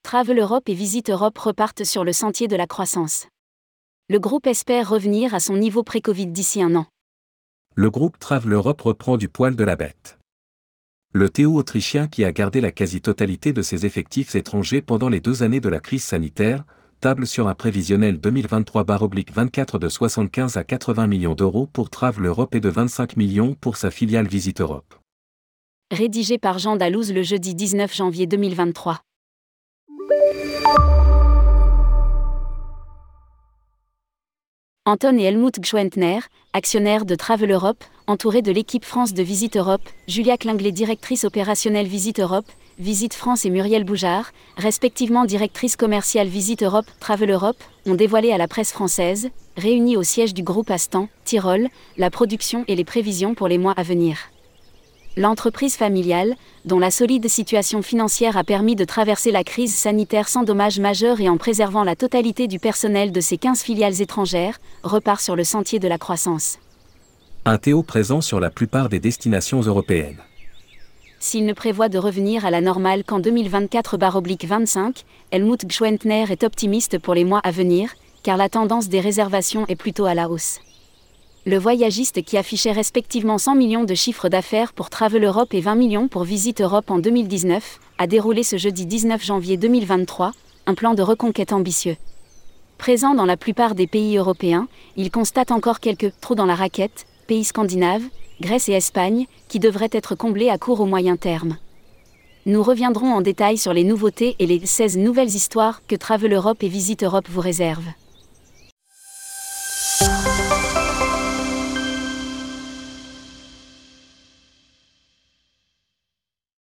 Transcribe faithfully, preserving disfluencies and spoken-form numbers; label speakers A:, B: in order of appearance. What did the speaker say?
A: Travel Europe et Visite Europe repartent sur le sentier de la croissance. Le groupe espère revenir à son niveau pré-Covid d'ici un an.
B: Le groupe Travel Europe reprend du poil de la bête. Le T O autrichien, qui a gardé la quasi-totalité de ses effectifs étrangers pendant les deux années de la crise sanitaire, table sur un prévisionnel deux mille vingt-trois vingt-quatre de soixante-quinze à quatre-vingts millions d'euros pour Travel Europe et de vingt-cinq millions pour sa filiale Visite Europe.
A: Rédigé par Jean Dalouse le jeudi dix-neuf janvier deux mille vingt-trois. Anton et Helmut Gschwendtner, actionnaires de Travel Europe, entourés de l'équipe France de Visite Europe, Julia Klingler, directrice opérationnelle Visite Europe, Visite France et Muriel Boujard, respectivement directrice commerciale Visite Europe, Travel Europe, ont dévoilé à la presse française, réunis au siège du groupe à Stan, Tyrol, la production et les prévisions pour les mois à venir. L'entreprise familiale, dont la solide situation financière a permis de traverser la crise sanitaire sans dommages majeurs et en préservant la totalité du personnel de ses quinze filiales étrangères, repart sur le sentier de la croissance.
B: Un T O présent sur la plupart des destinations européennes.
A: S'il ne prévoit de revenir à la normale qu'en deux mille vingt-quatre vingt-cinq, Helmut Gschwendtner est optimiste pour les mois à venir, car la tendance des réservations est plutôt à la hausse. Le voyagiste, qui affichait respectivement cent millions de chiffre d'affaires pour Travel Europe et vingt millions pour Visite Europe en deux mille dix-neuf, a déroulé ce jeudi dix-neuf janvier deux mille vingt-trois, un plan de reconquête ambitieux. Présent dans la plupart des pays européens, il constate encore quelques « trous dans la raquette », pays scandinaves, Grèce et Espagne, qui devraient être comblés à court ou moyen terme. Nous reviendrons en détail sur les nouveautés et les seize nouvelles histoires que Travel Europe et Visite Europe vous réservent.